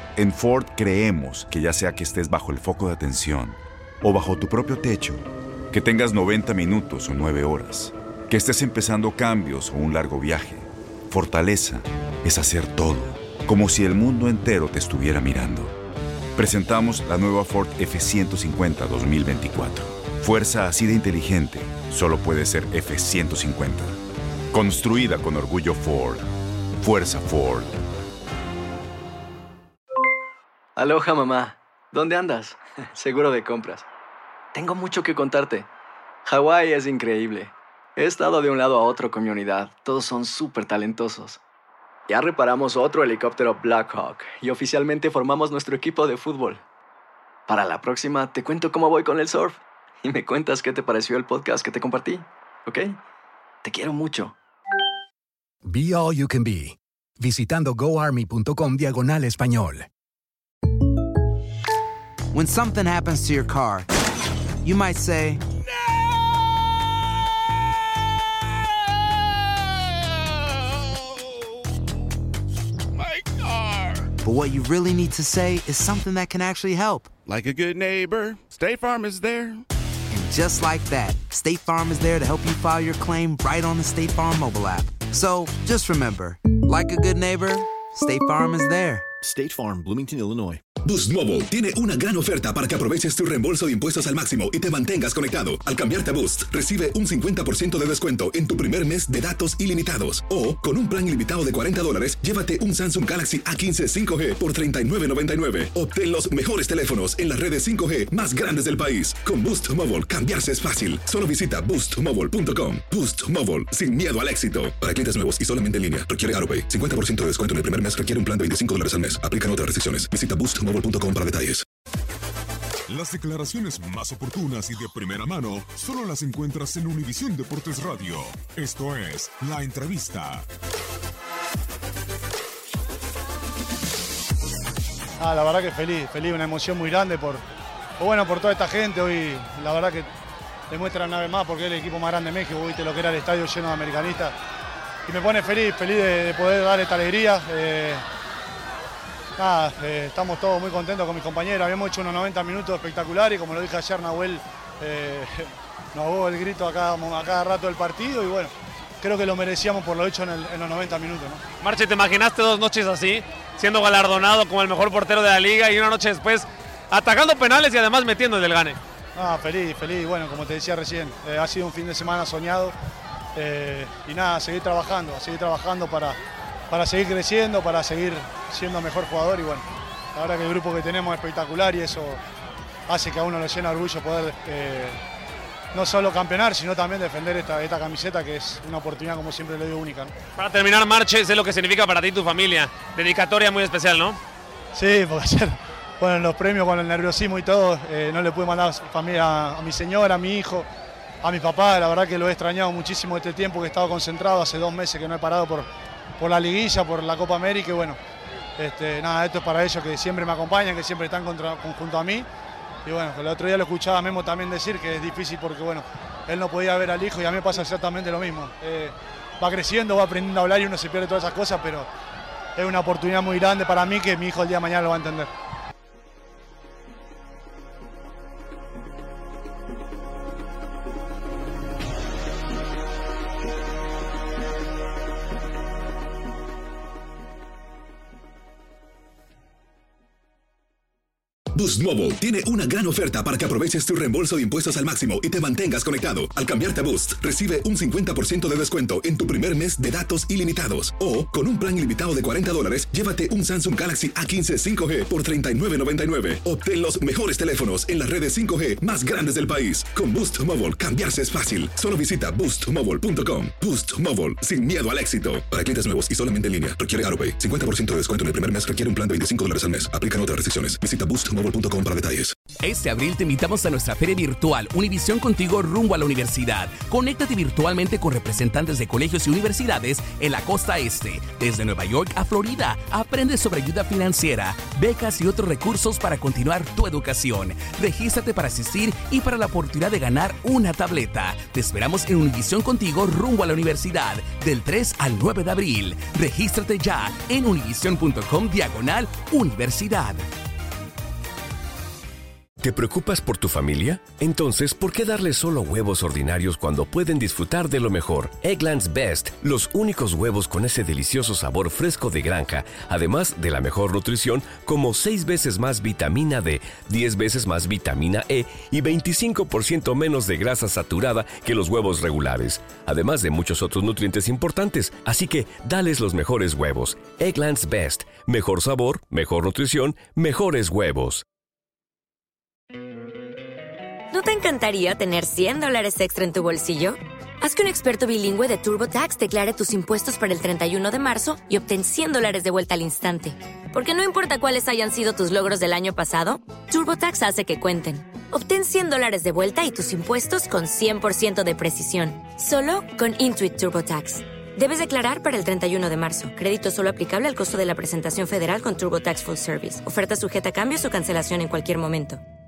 En Ford creemos que ya sea que estés bajo el foco de atención o bajo tu propio techo, que tengas 90 minutos o 9 horas, que estés empezando cambios o un largo viaje, fortaleza es hacer todo, como si el mundo entero te estuviera mirando. Presentamos la nueva Ford F-150 2024. Fuerza así de inteligente solo puede ser F-150. Construida con orgullo Ford. Fuerza Ford. Aloha, mamá. ¿Dónde andas? Seguro de compras. Tengo mucho que contarte. Hawái es increíble. He estado de un lado a otro con mi unidad. Todos son súper talentosos. Ya reparamos otro helicóptero Blackhawk y oficialmente formamos nuestro equipo de fútbol. Para la próxima te cuento cómo voy con el surf y me cuentas qué te pareció el podcast que te compartí, ¿ok? Te quiero mucho. Be All You Can Be, visitando goarmy.com/español. When something happens to your car, you might say, but what you really need to say is something that can actually help. Like a good neighbor, State Farm is there. And just like that, State Farm is there to help you file your claim right on the State Farm mobile app. So just remember, like a good neighbor, State Farm is there. State Farm, Bloomington, Illinois. Boost Mobile tiene una gran oferta para que aproveches tu reembolso de impuestos al máximo y te mantengas conectado. Al cambiarte a Boost, recibe un 50% de descuento en tu primer mes de datos ilimitados. O, con un plan ilimitado de $40, llévate un Samsung Galaxy A15 5G por $39.99. Obtén los mejores teléfonos en las redes 5G más grandes del país. Con Boost Mobile, cambiarse es fácil. Solo visita boostmobile.com. Boost Mobile, sin miedo al éxito. Para clientes nuevos y solamente en línea, requiere AroPay. 50% de descuento en el primer mes requiere un plan de $25 al mes. Aplican otras restricciones. Visita boostmobile.com para detalles. Las declaraciones más oportunas y de primera mano solo las encuentras en Univisión Deportes Radio. Esto es La Entrevista. La verdad que feliz, una emoción muy grande por toda esta gente. Hoy la verdad que demuestra una vez más porque es el equipo más grande de México. Viste lo que era el estadio lleno de americanistas y me pone feliz de poder dar esta alegría. Estamos todos muy contentos con mis compañeros. Habíamos hecho unos 90 minutos espectaculares y como lo dije ayer, Nahuel nos ahogó el grito a cada rato del partido y bueno, creo que lo merecíamos por lo hecho en los 90 minutos, ¿no? Marche, ¿te imaginaste 2 noches así, siendo galardonado como el mejor portero de la liga y una noche después atacando penales y además metiendo el del gane? Feliz. Bueno, como te decía recién, ha sido un fin de semana soñado y seguir trabajando para seguir creciendo, para seguir siendo mejor jugador y bueno, la verdad que el grupo que tenemos es espectacular y eso hace que a uno le llena orgullo poder no solo campeonar, sino también defender esta camiseta que es una oportunidad, como siempre le digo, única, ¿no? Para terminar, Marche, sé lo que significa para ti y tu familia, dedicatoria muy especial, ¿no? Sí, porque ayer, en los premios con el nerviosismo y todo, no le pude mandar familia a mi señora, a mi hijo, a mi papá, la verdad que lo he extrañado muchísimo este tiempo que he estado concentrado, hace 2 meses que no he parado por la liguilla, por la Copa América y bueno, esto es para ellos que siempre me acompañan, que siempre están junto a mí y bueno, el otro día lo escuchaba a Memo también decir que es difícil porque bueno, él no podía ver al hijo y a mí me pasa exactamente lo mismo, va creciendo, va aprendiendo a hablar y uno se pierde todas esas cosas, pero es una oportunidad muy grande para mí que mi hijo el día de mañana lo va a entender. Boost Mobile tiene una gran oferta para que aproveches tu reembolso de impuestos al máximo y te mantengas conectado. Al cambiarte a Boost, recibe un 50% de descuento en tu primer mes de datos ilimitados. O, con un plan ilimitado de $40, llévate un Samsung Galaxy A15 5G por $39.99. Obtén los mejores teléfonos en las redes 5G más grandes del país. Con Boost Mobile, cambiarse es fácil. Solo visita boostmobile.com. Boost Mobile, sin miedo al éxito. Para clientes nuevos y solamente en línea, requiere AroPay. 50% de descuento en el primer mes requiere un plan de $25 al mes. Aplican otras restricciones. Visita boostmobile.com para detalles. Este abril te invitamos a nuestra feria virtual Univisión Contigo rumbo a la universidad. Conéctate virtualmente con representantes de colegios y universidades en la costa este. Desde Nueva York a Florida, aprende sobre ayuda financiera, becas y otros recursos para continuar tu educación. Regístrate para asistir y para la oportunidad de ganar una tableta. Te esperamos en Univisión Contigo rumbo a la universidad del 3 al 9 de abril. Regístrate ya en univision.com/universidad. ¿Te preocupas por tu familia? Entonces, ¿por qué darles solo huevos ordinarios cuando pueden disfrutar de lo mejor? Eggland's Best, los únicos huevos con ese delicioso sabor fresco de granja, además de la mejor nutrición, como 6 veces más vitamina D, 10 veces más vitamina E y 25% menos de grasa saturada que los huevos regulares, además de muchos otros nutrientes importantes. Así que, dales los mejores huevos. Eggland's Best, mejor sabor, mejor nutrición, mejores huevos. ¿No te encantaría tener $100 extra en tu bolsillo? Haz que un experto bilingüe de TurboTax declare tus impuestos para el 31 de marzo y obtén $100 de vuelta al instante. Porque no importa cuáles hayan sido tus logros del año pasado, TurboTax hace que cuenten. Obtén $100 de vuelta y tus impuestos con 100% de precisión. Solo con Intuit TurboTax. Debes declarar para el 31 de marzo. Crédito solo aplicable al costo de la presentación federal con TurboTax Full Service. Oferta sujeta a cambios o cancelación en cualquier momento.